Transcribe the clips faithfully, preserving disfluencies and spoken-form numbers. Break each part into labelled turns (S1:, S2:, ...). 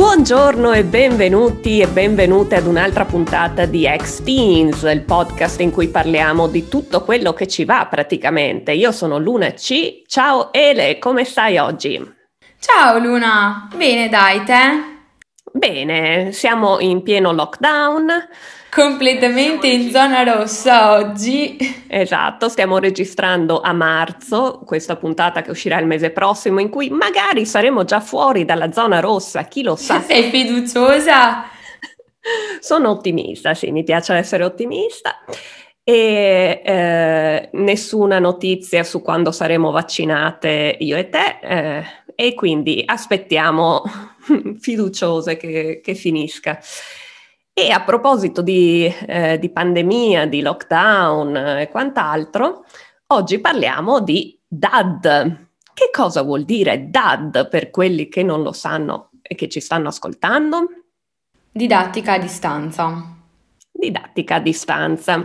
S1: Buongiorno e benvenuti e benvenute ad un'altra puntata di X-Teens, il podcast in cui parliamo di tutto quello che ci va praticamente. Io sono Luna C. Ciao Ele, come stai oggi?
S2: Ciao Luna, bene dai, te?
S1: Bene, siamo in pieno lockdown.
S2: Completamente in zona rossa oggi.
S1: Esatto, stiamo registrando a marzo, questa puntata che uscirà il mese prossimo, in cui magari saremo già fuori dalla zona rossa, chi lo sa.
S2: Sei fiduciosa?
S1: Sono ottimista, sì, mi piace essere ottimista. E eh, nessuna notizia su quando saremo vaccinate io e te, eh, e quindi aspettiamo fiduciose che, che finisca. E a proposito di, eh, di pandemia, di lockdown e quant'altro, oggi parliamo di D A D. Che cosa vuol dire D A D per quelli che non lo sanno e che ci stanno ascoltando?
S2: Didattica a distanza.
S1: Didattica a distanza.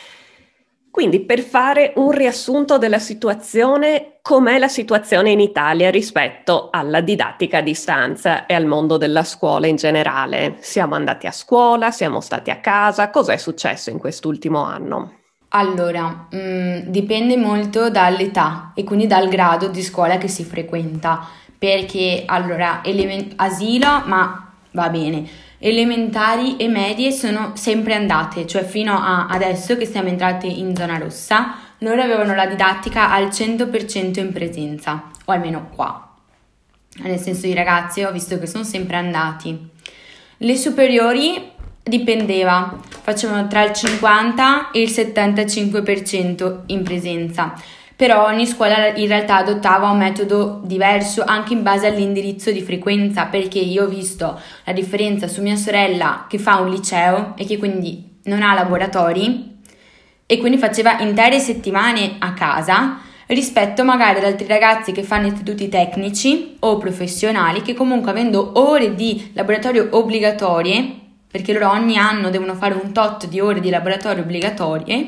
S1: Quindi per fare un riassunto della situazione, com'è la situazione in Italia rispetto alla didattica a distanza e al mondo della scuola in generale? Siamo andati a scuola, siamo stati a casa, cos'è successo in quest'ultimo anno?
S2: Allora, mh, dipende molto dall'età e quindi dal grado di scuola che si frequenta, perché allora, element- asilo, ma va bene. Elementari e medie sono sempre andate, cioè fino a adesso che siamo entrati in zona rossa, loro avevano la didattica al cento per cento in presenza, o almeno qua. Nel senso, i ragazzi ho visto che sono sempre andati. Le superiori dipendeva, facevano tra il cinquanta e il settantacinque per cento in presenza. Però ogni scuola in realtà adottava un metodo diverso anche in base all'indirizzo di frequenza, perché io ho visto la differenza su mia sorella che fa un liceo e che quindi non ha laboratori e quindi faceva intere settimane a casa rispetto magari ad altri ragazzi che fanno istituti tecnici o professionali che comunque avendo ore di laboratorio obbligatorie, perché loro ogni anno devono fare un tot di ore di laboratorio obbligatorie,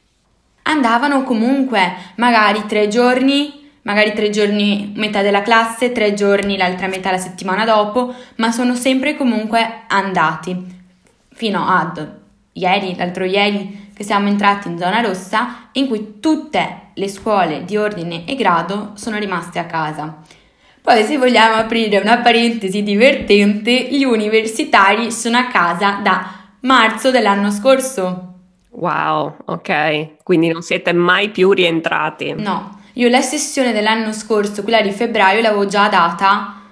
S2: andavano comunque magari tre giorni, magari tre giorni metà della classe, tre giorni l'altra metà la settimana dopo, ma sono sempre comunque andati. Fino ad ieri, l'altro ieri, che siamo entrati in zona rossa, in cui tutte le scuole di ordine e grado sono rimaste a casa. Poi se vogliamo aprire una parentesi divertente, gli universitari sono a casa da marzo dell'anno scorso.
S1: Wow, ok, quindi non siete mai più rientrati?
S2: No, io la sessione dell'anno scorso, quella di febbraio, l'avevo già data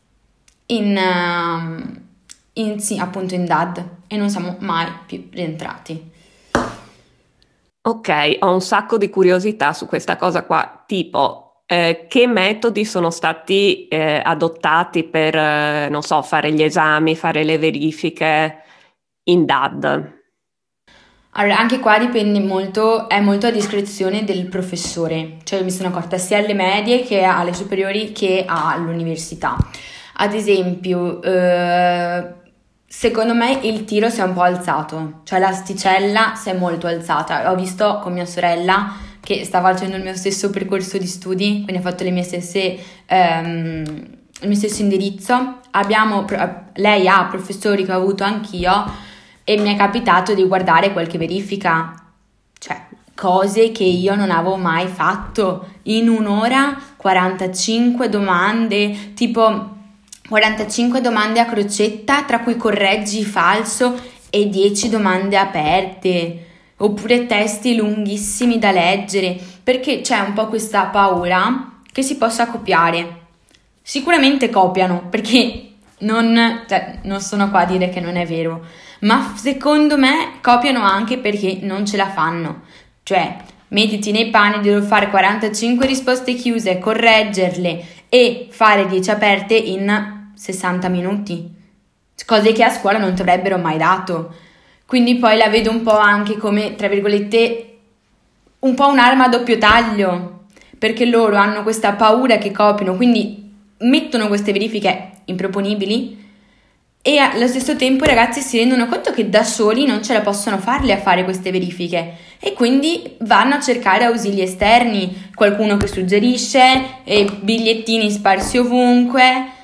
S2: in, uh, in sì, appunto in D A D e non siamo mai più rientrati.
S1: Ok, ho un sacco di curiosità su questa cosa qua, tipo eh, che metodi sono stati eh, adottati per, eh, non so, fare gli esami, fare le verifiche in D A D?
S2: Allora, anche qua dipende molto, è molto a discrezione del professore, cioè mi sono accorta sia alle medie che alle superiori che all'università. Ad esempio, eh, secondo me il tiro si è un po' alzato, cioè l'asticella si è molto alzata. Ho visto con mia sorella che sta facendo il mio stesso percorso di studi, quindi ha fatto le mie stesse, ehm, il mio stesso indirizzo. Abbiamo, lei ha professori che ho avuto anch'io, e mi è capitato di guardare qualche verifica, cioè cose che io non avevo mai fatto. In un'ora quarantacinque domande, tipo quarantacinque domande a crocetta, tra cui correggi falso e dieci domande aperte, oppure testi lunghissimi da leggere, perché c'è un po' questa paura che si possa copiare. Sicuramente copiano, perché non, cioè, non sono qua a dire che non è vero, ma secondo me copiano anche perché non ce la fanno. Cioè, mettiti nei panni di dover fare quarantacinque risposte chiuse, correggerle e fare dieci aperte in sessanta minuti, cose che a scuola non ti avrebbero mai dato. Quindi poi la vedo un po' anche come, tra virgolette, un po' un'arma a doppio taglio, perché loro hanno questa paura che copino, quindi mettono queste verifiche improponibili e allo stesso tempo i ragazzi si rendono conto che da soli non ce la possono farle a fare queste verifiche e quindi vanno a cercare ausili esterni, qualcuno che suggerisce, e bigliettini sparsi ovunque.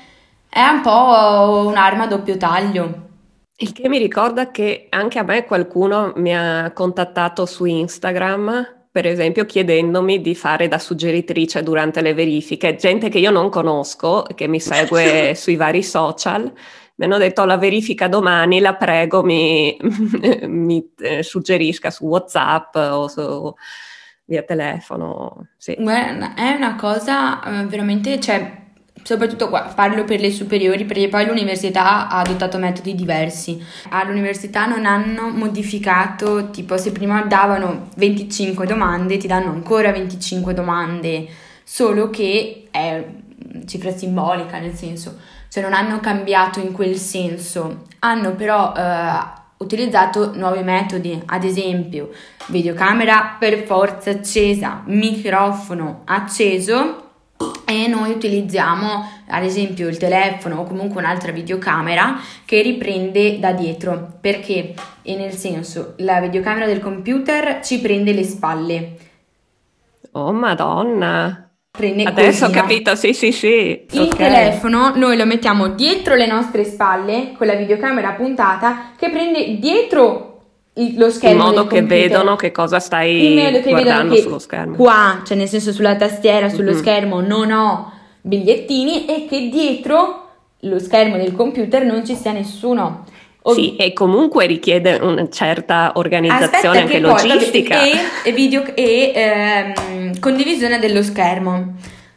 S2: è un po' un'arma a doppio taglio.
S1: Il che mi ricorda che anche a me qualcuno mi ha contattato su Instagram, per esempio, chiedendomi di fare da suggeritrice durante le verifiche. Gente che io non conosco, che mi segue sui vari social, mi hanno detto la verifica domani, la prego, mi, mi eh, suggerisca su WhatsApp o su, via telefono. Sì.
S2: Guarda, è una cosa eh, veramente, cioè, soprattutto qua parlo per le superiori, perché poi l'università ha adottato metodi diversi. All'università non hanno modificato, tipo se prima davano venticinque domande, ti danno ancora venticinque domande, solo che è cifra simbolica, nel senso, cioè non hanno cambiato in quel senso, hanno però eh, utilizzato nuovi metodi, ad esempio videocamera per forza accesa, microfono acceso, e noi utilizziamo ad esempio il telefono o comunque un'altra videocamera che riprende da dietro, perché e nel senso la videocamera del computer ci prende le spalle.
S1: Oh Madonna!
S2: Prende
S1: Adesso ho
S2: così, no?
S1: capito, sì, sì, sì.
S2: Il
S1: Ok.
S2: telefono noi lo mettiamo dietro le nostre spalle con la videocamera puntata che prende dietro il- lo
S1: In
S2: schermo
S1: modo
S2: del
S1: che
S2: computer.
S1: vedono che cosa
S2: In
S1: stai
S2: modo che vedono
S1: guardando
S2: che
S1: sullo schermo.
S2: qua, cioè nel senso sulla tastiera, sullo
S1: Mhm.
S2: schermo non ho bigliettini e che dietro lo schermo del computer non ci sia nessuno. O-
S1: Sì, e comunque richiede una certa organizzazione
S2: Aspetta
S1: anche
S2: che poi, vabbè,
S1: logistica.
S2: e, e video e ehm, condivisione dello schermo.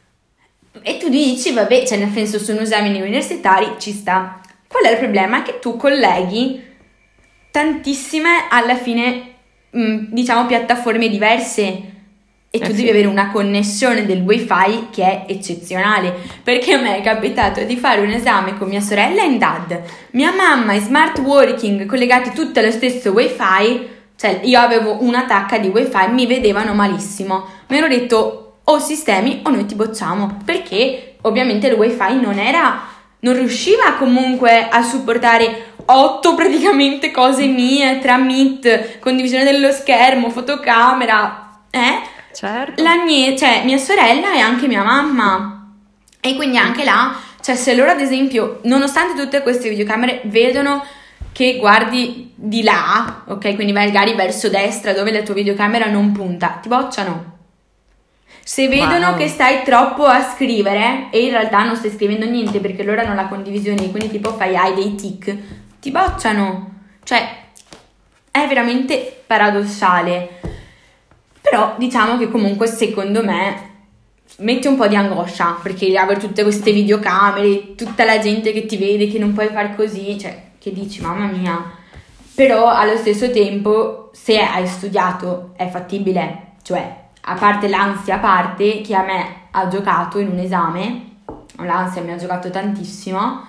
S2: E tu dici, vabbè, cioè nel senso sono esami universitari, ci sta. Qual è il problema? Che tu colleghi tantissime, alla fine, mh, diciamo, piattaforme diverse e tu
S1: Eh
S2: devi
S1: sì.
S2: avere una connessione del wifi che è eccezionale, perché a me è capitato di fare un esame con mia sorella in D A D, mia mamma in smart working, collegati tutte allo stesso wifi, cioè io avevo una tacca di wifi, mi vedevano malissimo, mi hanno detto o sistemi o noi ti bocciamo, perché ovviamente il wifi non era, non riusciva comunque a supportare otto praticamente cose mie tra Meet, condivisione dello schermo, fotocamera, eh?
S1: Certo.
S2: La mia, cioè mia sorella e anche mia mamma, e quindi anche là, cioè se loro ad esempio, nonostante tutte queste videocamere vedono che guardi di là, ok, quindi magari verso destra dove la tua videocamera non punta, ti bocciano. Se vedono
S1: Wow.
S2: che stai troppo a scrivere e in realtà non stai scrivendo niente perché loro hanno la condivisione, quindi tipo fai hai dei tic, ti bocciano. Cioè è veramente paradossale. Però diciamo che comunque secondo me mette un po' di angoscia, perché avere tutte queste videocamere, tutta la gente che ti vede, che non puoi far così, cioè che dici mamma mia. Però allo stesso tempo se hai studiato è fattibile, cioè a parte l'ansia a parte che a me ha giocato in un esame, l'ansia mi ha giocato tantissimo,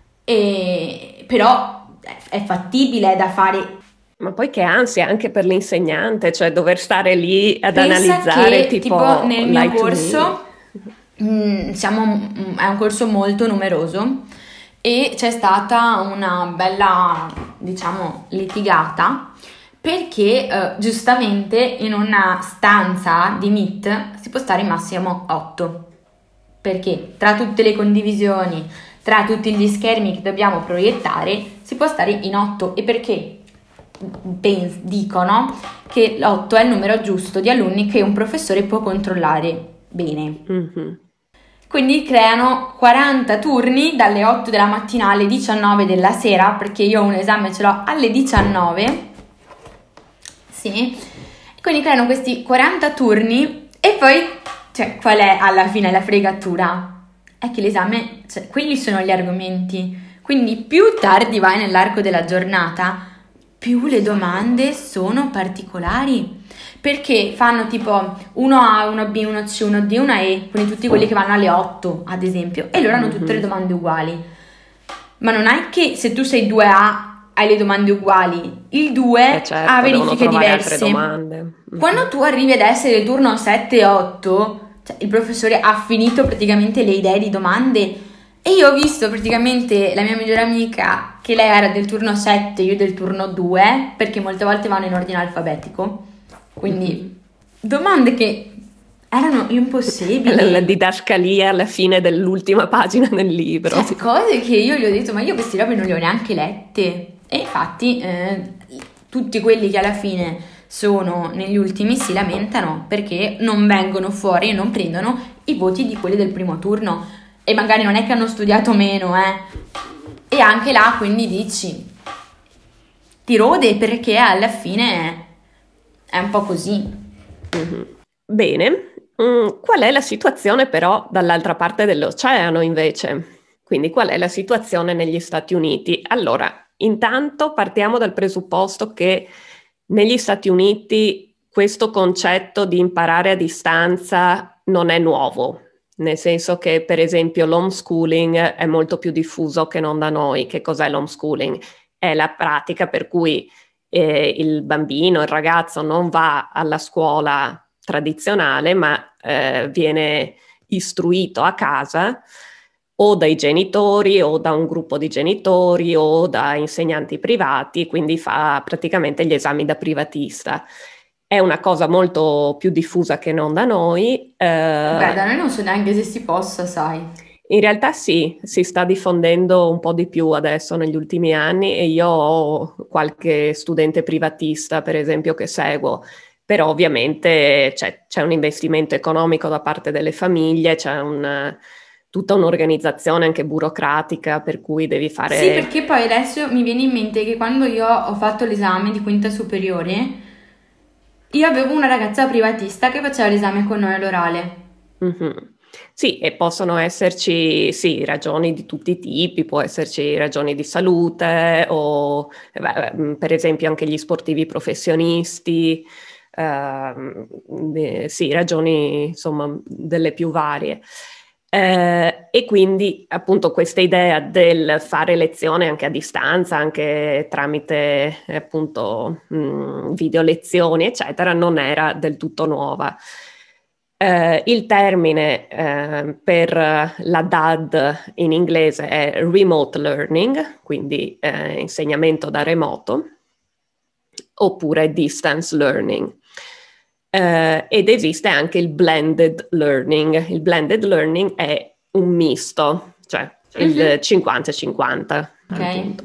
S2: e però è fattibile da fare.
S1: Ma poi che ansia anche per l'insegnante, cioè dover stare lì ad
S2: Pensa
S1: analizzare
S2: che
S1: tipo,
S2: tipo nel mio
S1: Lie to
S2: corso
S1: Me.
S2: mm, siamo, mm, è un corso molto numeroso e c'è stata una bella, diciamo, litigata perché eh, giustamente in una stanza di Meet si può stare massimo otto, perché tra tutte le condivisioni, tra tutti gli schermi che dobbiamo proiettare si può stare in otto. E perché pens- dicono che l'otto è il numero giusto di alunni che un professore può controllare bene.
S1: Mhm.
S2: Quindi creano quaranta turni dalle otto della mattina alle diciannove della sera, perché io un esame ce l'ho alle diciannove. Sì. Quindi creano questi quaranta turni e poi, cioè, qual è alla fine la fregatura? È che l'esame, cioè, quelli sono gli argomenti. Quindi più tardi vai nell'arco della giornata, più le domande sono particolari. Perché fanno tipo uno A, uno B, uno C, uno D, uno E, quindi tutti quelli che vanno alle otto, ad esempio, e loro hanno tutte le domande uguali. Ma non è che se tu sei due A hai le domande uguali, il due
S1: Eh certo,
S2: ha
S1: devono
S2: verifiche
S1: trovare
S2: diverse.
S1: altre domande. Mhm.
S2: Quando tu arrivi ad essere il turno sette e otto, cioè il professore ha finito praticamente le idee di domande. E io ho visto praticamente la mia migliore amica che lei era del turno sette, io del turno due, perché molte volte vanno in ordine alfabetico. Quindi domande che erano
S1: La,
S2: impossibili.
S1: la didascalia alla fine dell'ultima pagina del libro.
S2: Cioè,
S1: Sì.
S2: cose che io gli ho detto, ma io queste robe non le ho neanche lette. E infatti, eh, tutti quelli che alla fine sono negli ultimi si lamentano perché non vengono fuori e non prendono i voti di quelli del primo turno. E magari non è che hanno studiato meno, eh. E anche là, quindi dici, ti rode perché alla fine è un po' così.
S1: Mhm. Bene. Mm, qual è la situazione però dall'altra parte dell'oceano invece? Quindi qual è la situazione negli Stati Uniti? Allora, intanto partiamo dal presupposto che negli Stati Uniti questo concetto di imparare a distanza non è nuovo, nel senso che per esempio l'homeschooling è molto più diffuso che non da noi. Che cos'è l'homeschooling? È la pratica per cui eh, il bambino, il ragazzo non va alla scuola tradizionale, ma eh, viene istruito a casa o dai genitori o da un gruppo di genitori o da insegnanti privati, quindi fa praticamente gli esami da privatista. È una cosa molto più diffusa che non da noi.
S2: Beh,
S1: eh,
S2: da noi non so neanche se si possa, sai.
S1: In realtà sì, si sta diffondendo un po' di più adesso negli ultimi anni e io ho qualche studente privatista, per esempio, che seguo, però ovviamente c'è, c'è un investimento economico da parte delle famiglie, c'è un, tutta un'organizzazione anche burocratica per cui devi
S2: Sì,
S1: fare.
S2: perché poi adesso mi viene in mente che quando io ho fatto l'esame di quinta superiore, io avevo una ragazza privatista che faceva l'esame con noi all'orale.
S1: Mhm. Sì, e possono esserci, sì, ragioni di tutti i tipi, può esserci ragioni di salute o, eh, beh, mm, per esempio, anche gli sportivi professionisti, ehm, eh, sì, ragioni, insomma, delle più varie. Eh, e quindi, appunto, questa idea del fare lezione anche a distanza, anche tramite, eh, appunto, mh, video lezioni, eccetera, non era del tutto nuova. Eh, il termine eh, per la D A D in inglese è remote learning, quindi eh, insegnamento da remoto, oppure distance learning. Eh, ed esiste anche il blended learning. Il blended learning è un misto, cioè
S2: Mhm.
S1: il cinquanta cinquanta,
S2: Ok.
S1: appunto.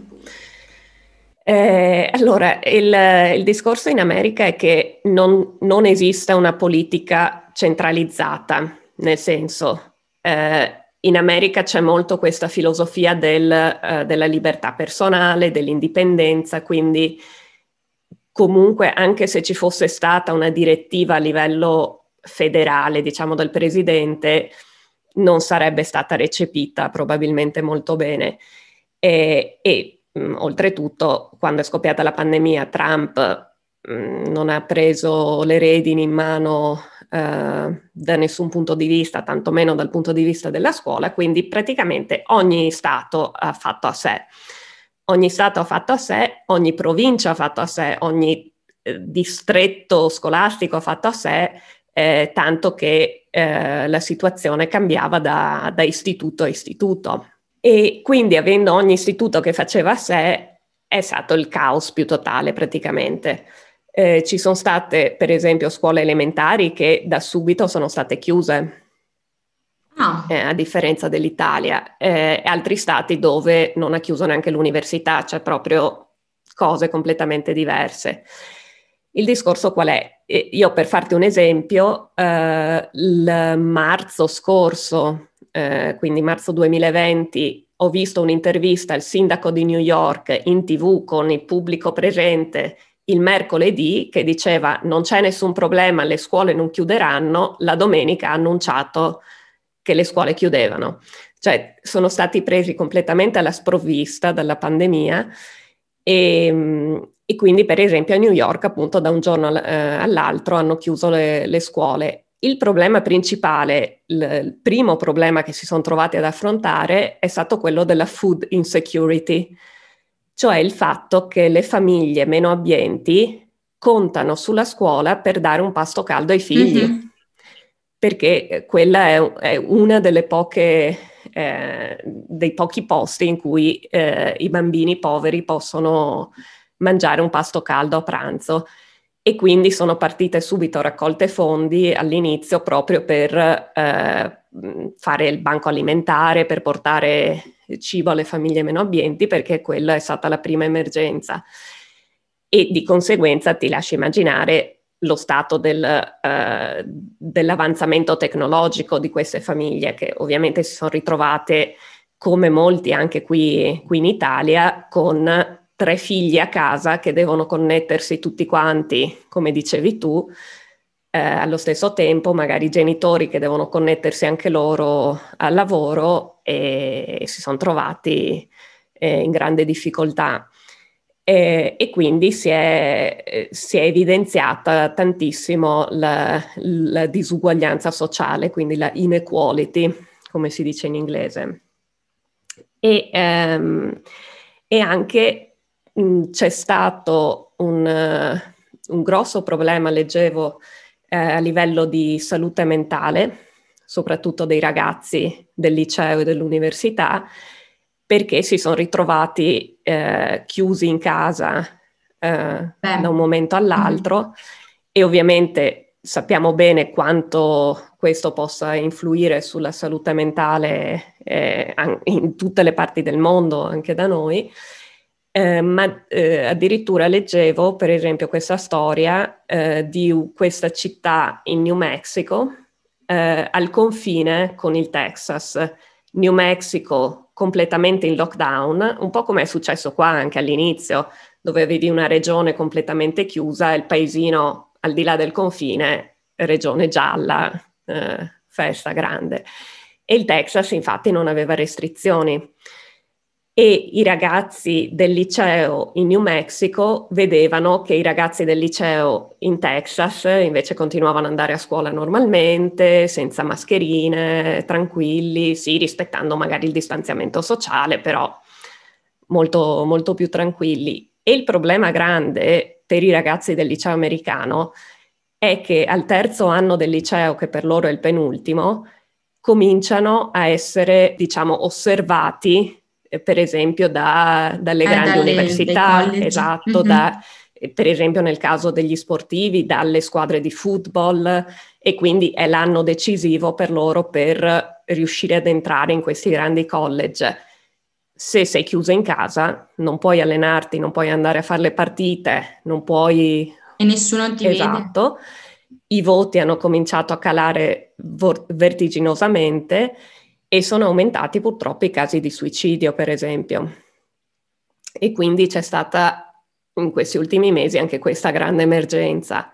S1: Eh, allora, il, il discorso in America è che non, non esiste una politica centralizzata, nel senso, eh, in America c'è molto questa filosofia del, eh, della libertà personale, dell'indipendenza, quindi comunque anche se ci fosse stata una direttiva a livello federale, diciamo del presidente, non sarebbe stata recepita probabilmente molto bene. E, e mh, oltretutto, quando è scoppiata la pandemia, Trump mh, non ha preso le redini in mano eh, da nessun punto di vista, tantomeno dal punto di vista della scuola, quindi praticamente ogni Stato ha fatto a sé. Ogni Stato ha fatto a sé, ogni provincia ha fatto a sé, ogni eh, distretto scolastico ha fatto a sé, eh, tanto che eh, la situazione cambiava da, da istituto a istituto. E quindi, avendo ogni istituto che faceva a sé, è stato il caos più totale praticamente. Eh, ci sono state, per esempio, scuole elementari che da subito sono state chiuse, eh,
S2: Ah,
S1: a differenza dell'Italia, eh, e altri stati dove non ha chiuso neanche l'università, cioè proprio cose completamente diverse. Il discorso qual è? Eh, Io per farti un esempio, eh, il marzo scorso, eh, quindi marzo duemilaventi, ho visto un'intervista al sindaco di New York in T V con il pubblico presente il mercoledì che diceva non c'è nessun problema, le scuole non chiuderanno, la domenica ha annunciato che le scuole chiudevano. Cioè sono stati presi completamente alla sprovvista dalla pandemia e, e quindi per esempio a New York appunto da un giorno all- eh, all'altro hanno chiuso le, le scuole. Il problema principale, il, il primo problema che si sono trovati ad affrontare è stato quello della food insecurity, cioè il fatto che le famiglie meno abbienti contano sulla scuola per dare un pasto caldo ai figli,
S2: mhm.
S1: perché eh, quella è, è una delle poche, eh, dei pochi posti in cui eh, i bambini poveri possono mangiare un pasto caldo a pranzo. e quindi sono partite subito raccolte fondi all'inizio proprio per eh, fare il banco alimentare, per portare cibo alle famiglie meno abbienti, perché quella è stata la prima emergenza. E di conseguenza ti lascio immaginare lo stato del, eh, dell'avanzamento tecnologico di queste famiglie, che ovviamente si sono ritrovate, come molti anche qui, qui in Italia, con tre figli a casa che devono connettersi tutti quanti, come dicevi tu, eh, allo stesso tempo, magari i genitori che devono connettersi anche loro al lavoro, e, e si sono trovati eh, in grande difficoltà. E, e quindi si è, si è evidenziata tantissimo la, la disuguaglianza sociale, quindi la inequality, come si dice in inglese. E, ehm, e anche mh, c'è stato un, uh, un grosso problema, leggevo, eh, a livello di salute mentale, soprattutto dei ragazzi del liceo e dell'università, perché si sono ritrovati eh, chiusi in casa eh, da un momento all'altro, mm-hmm. E ovviamente sappiamo bene quanto questo possa influire sulla salute mentale eh, in tutte le parti del mondo, anche da noi, eh, ma eh, addirittura leggevo, per esempio, questa storia eh, di questa città in New Mexico, eh, al confine con il Texas. New Mexico completamente in lockdown, un po' come è successo qua anche all'inizio, dove avevi una regione completamente chiusa e il paesino al di là del confine, regione gialla, eh, festa grande. E il Texas infatti non aveva restrizioni. E i ragazzi del liceo in New Mexico vedevano che i ragazzi del liceo in Texas invece continuavano ad andare a scuola normalmente, senza mascherine, tranquilli, sì, rispettando magari il distanziamento sociale, però molto, molto più tranquilli. E il problema grande per i ragazzi del liceo americano è che al terzo anno del liceo, che per loro è il penultimo, cominciano a essere, diciamo, osservati, per esempio da, dalle eh, grandi dalle, università, esatto, mm-hmm. da, per esempio nel caso degli sportivi, dalle squadre di football, e quindi è l'anno decisivo per loro per riuscire ad entrare in questi grandi college. Se sei chiuso in casa, non puoi allenarti, non puoi andare a fare le partite, non puoi...
S2: E nessuno ti
S1: esatto. Vede. I voti hanno cominciato a calare vor- vertiginosamente, e sono aumentati purtroppo i casi di suicidio, per esempio. E quindi c'è stata in questi ultimi mesi anche questa grande emergenza.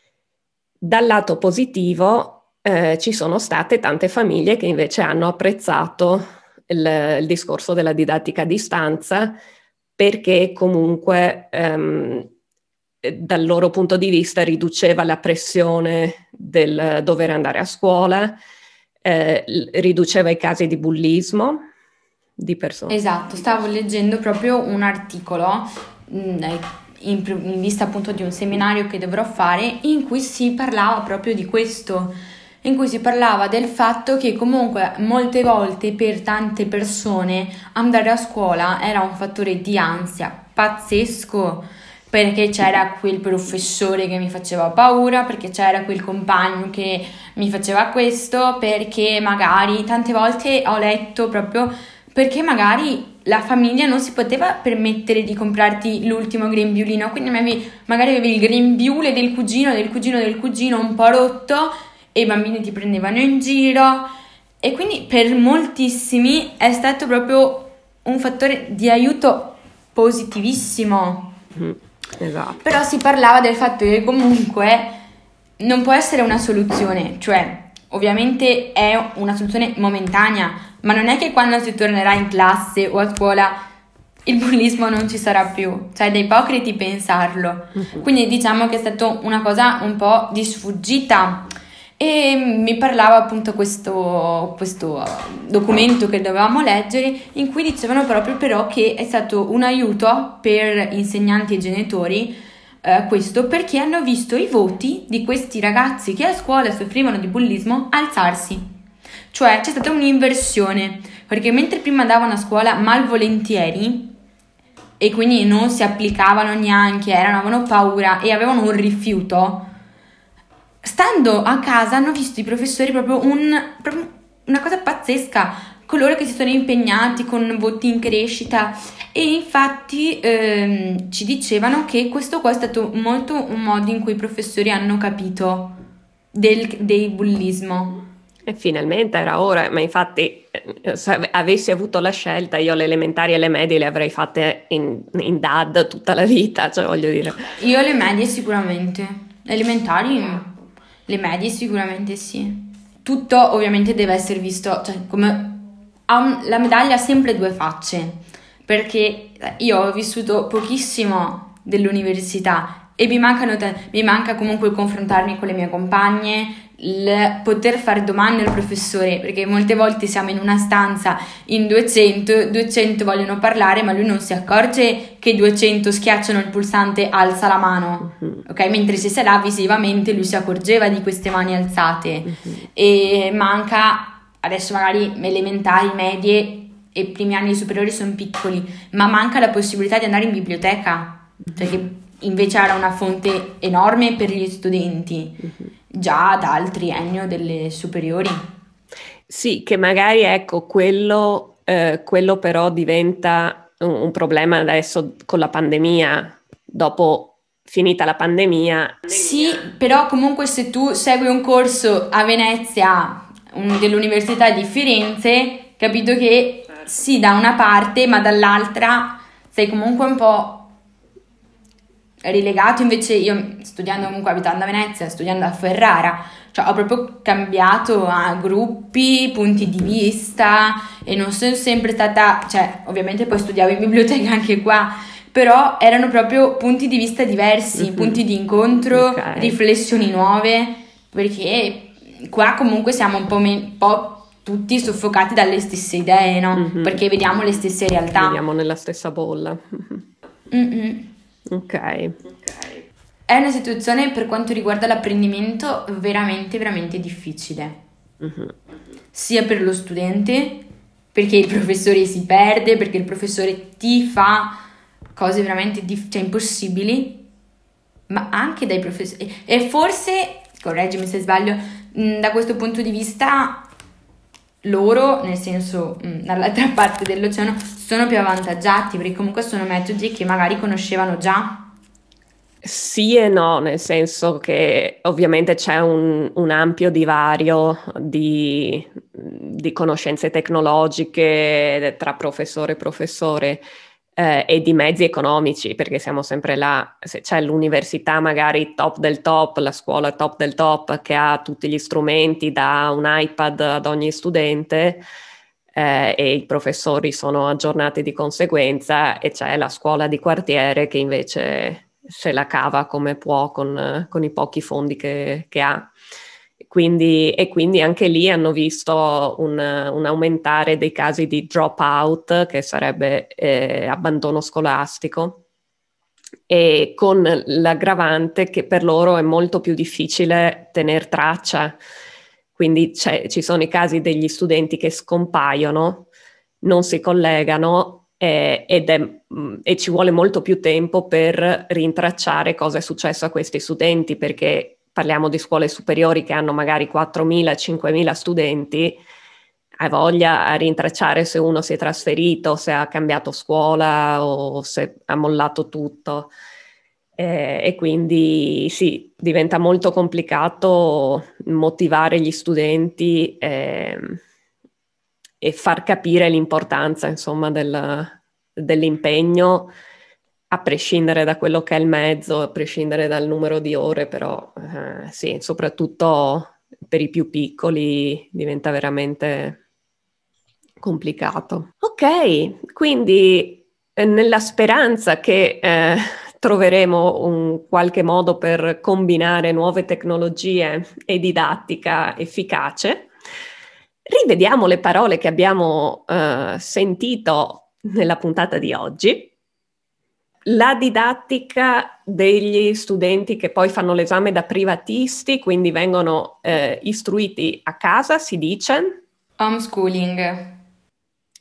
S1: Dal lato positivo eh, ci sono state tante famiglie che invece hanno apprezzato il, il discorso della didattica a distanza, perché comunque ehm, dal loro punto di vista riduceva la pressione del dover andare a scuola, Eh, riduceva i casi di bullismo di persone.
S2: Esatto, stavo leggendo proprio un articolo mh, in, in vista appunto di un seminario che dovrò fare, in cui si parlava proprio di questo, in cui si parlava del fatto che comunque molte volte per tante persone andare a scuola era un fattore di ansia pazzesco, perché c'era quel professore che mi faceva paura, perché c'era quel compagno che mi faceva questo, perché magari tante volte ho letto proprio perché magari la famiglia non si poteva permettere di comprarti l'ultimo grembiulino, quindi avevi, magari avevi il grembiule del cugino, del cugino, del cugino un po' rotto e i bambini ti prendevano in giro, e quindi per moltissimi è stato proprio un fattore di aiuto positivissimo.
S1: Mm. Esatto.
S2: Però si parlava del fatto che comunque non può essere una soluzione, cioè ovviamente è una soluzione momentanea, ma non è che quando si tornerà in classe o a scuola il bullismo non ci sarà più, cioè è da ipocriti pensarlo. Uh-huh. Quindi diciamo che è stata una cosa un po' di sfuggita. E mi parlava appunto questo, questo documento che dovevamo leggere, in cui dicevano proprio però che è stato un aiuto per insegnanti e genitori eh, questo, perché hanno visto i voti di questi ragazzi che a scuola soffrivano di bullismo alzarsi. Cioè c'è stata un'inversione, perché mentre prima andavano a scuola malvolentieri, e quindi non si applicavano neanche, erano, avevano paura e avevano un rifiuto, stando a casa hanno visto i professori proprio, un, proprio una cosa pazzesca, coloro che si sono impegnati con voti in crescita, e infatti ehm, ci dicevano che questo qua è stato molto un modo in cui i professori hanno capito del, del bullismo.
S1: E finalmente era ora, ma infatti eh, se avessi avuto la scelta io le elementari e le medie le avrei fatte in, in D A D tutta la vita, cioè voglio dire.
S2: Io le medie sicuramente, elementari, le medie sicuramente sì. Tutto ovviamente deve essere visto, cioè come ha un, la medaglia ha sempre due facce, perché io ho vissuto pochissimo dell'università e mi mancano mi manca comunque il confrontarmi con le mie compagne, il poter fare domande al professore, perché molte volte siamo in una stanza in duecento, duecento vogliono parlare ma lui non si accorge che duecento schiacciano il pulsante alza la mano, uh-huh. ok? Mentre se sarà visivamente lui si accorgeva di queste mani alzate, uh-huh. e manca, adesso magari elementari, medie e primi anni superiori sono piccoli, ma manca la possibilità di andare in biblioteca, uh-huh. cioè che invece era una fonte enorme per gli studenti, uh-huh. già dal triennio delle superiori.
S1: Sì, che magari ecco quello, eh, quello però diventa un, un problema adesso con la pandemia, dopo finita la pandemia.
S2: Sì, però comunque se tu segui un corso a Venezia un, dell'Università di Firenze, capito che sì da una parte ma dall'altra sei comunque un po' rilegato. Invece io studiando comunque, abitando a Venezia, studiando a Ferrara, cioè ho proprio cambiato a gruppi, punti di vista, e non sono sempre stata, cioè ovviamente poi studiavo in biblioteca anche qua, però erano proprio punti di vista diversi, mm-hmm. punti di incontro, okay. riflessioni nuove, perché qua comunque siamo un po', me- un po' tutti soffocati dalle stesse idee, no? Mm-hmm. Perché vediamo le stesse realtà.
S1: Viviamo nella stessa bolla.
S2: Mm-hmm.
S1: Ok.
S2: È una situazione, per quanto riguarda l'apprendimento, veramente, veramente difficile. Mm-hmm. Sia per lo studente, perché il professore si perde, perché il professore ti fa cose veramente diff- cioè impossibili, ma anche dai professori. E forse, correggimi se sbaglio, mh, da questo punto di vista loro, nel senso mh, dall'altra parte dell'oceano, sono più avvantaggiati, perché comunque sono metodi che magari conoscevano già.
S1: Sì e no, nel senso che ovviamente c'è un, un ampio divario di, di conoscenze tecnologiche tra professore e professore, eh, e di mezzi economici, perché siamo sempre là. Se c'è l'università magari top del top, la scuola top del top, che ha tutti gli strumenti, da un iPad ad ogni studente, eh, e i professori sono aggiornati di conseguenza, e c'è la scuola di quartiere che invece se la cava come può con, con i pochi fondi che, che ha. Quindi, e quindi anche lì hanno visto un, un aumentare dei casi di drop out, che sarebbe eh, abbandono scolastico, e con l'aggravante che per loro è molto più difficile tener traccia. Quindi ci sono i casi degli studenti che scompaiono, non si collegano, Eh, ed è, mh, e ci vuole molto più tempo per rintracciare cosa è successo a questi studenti, perché parliamo di scuole superiori che hanno magari quattromila cinquemila studenti, hai voglia a rintracciare se uno si è trasferito, se ha cambiato scuola o se ha mollato tutto, eh, e quindi sì, diventa molto complicato motivare gli studenti, eh, e far capire l'importanza, insomma, del, dell'impegno, a prescindere da quello che è il mezzo, a prescindere dal numero di ore, però eh, sì, soprattutto per i più piccoli diventa veramente complicato. Ok, quindi eh, nella speranza che eh, troveremo un qualche modo per combinare nuove tecnologie e didattica efficace, rivediamo le parole che abbiamo uh, sentito nella puntata di oggi. La didattica degli studenti che poi fanno l'esame da privatisti, quindi vengono eh, istruiti a casa, si dice?
S2: Homeschooling.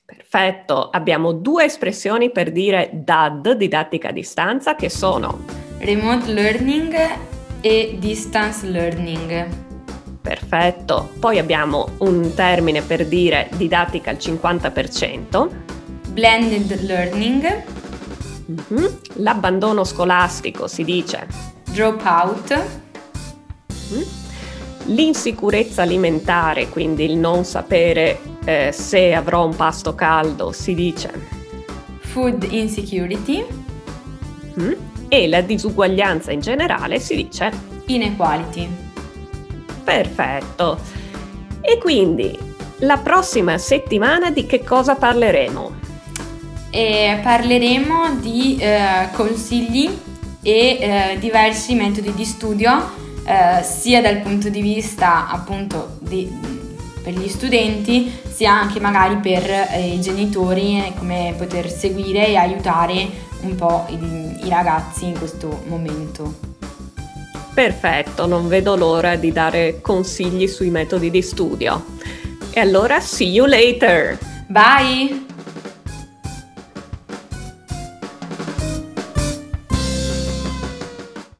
S1: Perfetto, abbiamo due espressioni per dire D A D, didattica a distanza, che sono
S2: remote learning e distance learning.
S1: perfetto. Poi abbiamo un termine per dire didattica al cinquanta per cento.
S2: Blended learning.
S1: Mm-hmm. L'abbandono scolastico si dice
S2: dropout.
S1: Mm-hmm. L'insicurezza alimentare, quindi il non sapere eh, se avrò un pasto caldo, si dice
S2: food insecurity.
S1: Mm-hmm. E la disuguaglianza in generale si dice
S2: inequality.
S1: Perfetto. E quindi la prossima settimana di che cosa parleremo?
S2: E parleremo di eh, consigli e eh, diversi metodi di studio, eh, sia dal punto di vista appunto di, per gli studenti, sia anche magari per eh, i genitori, come poter seguire e aiutare un po' i, i ragazzi in questo momento.
S1: Perfetto, non vedo l'ora di dare consigli sui metodi di studio. E allora, see you later!
S2: Bye!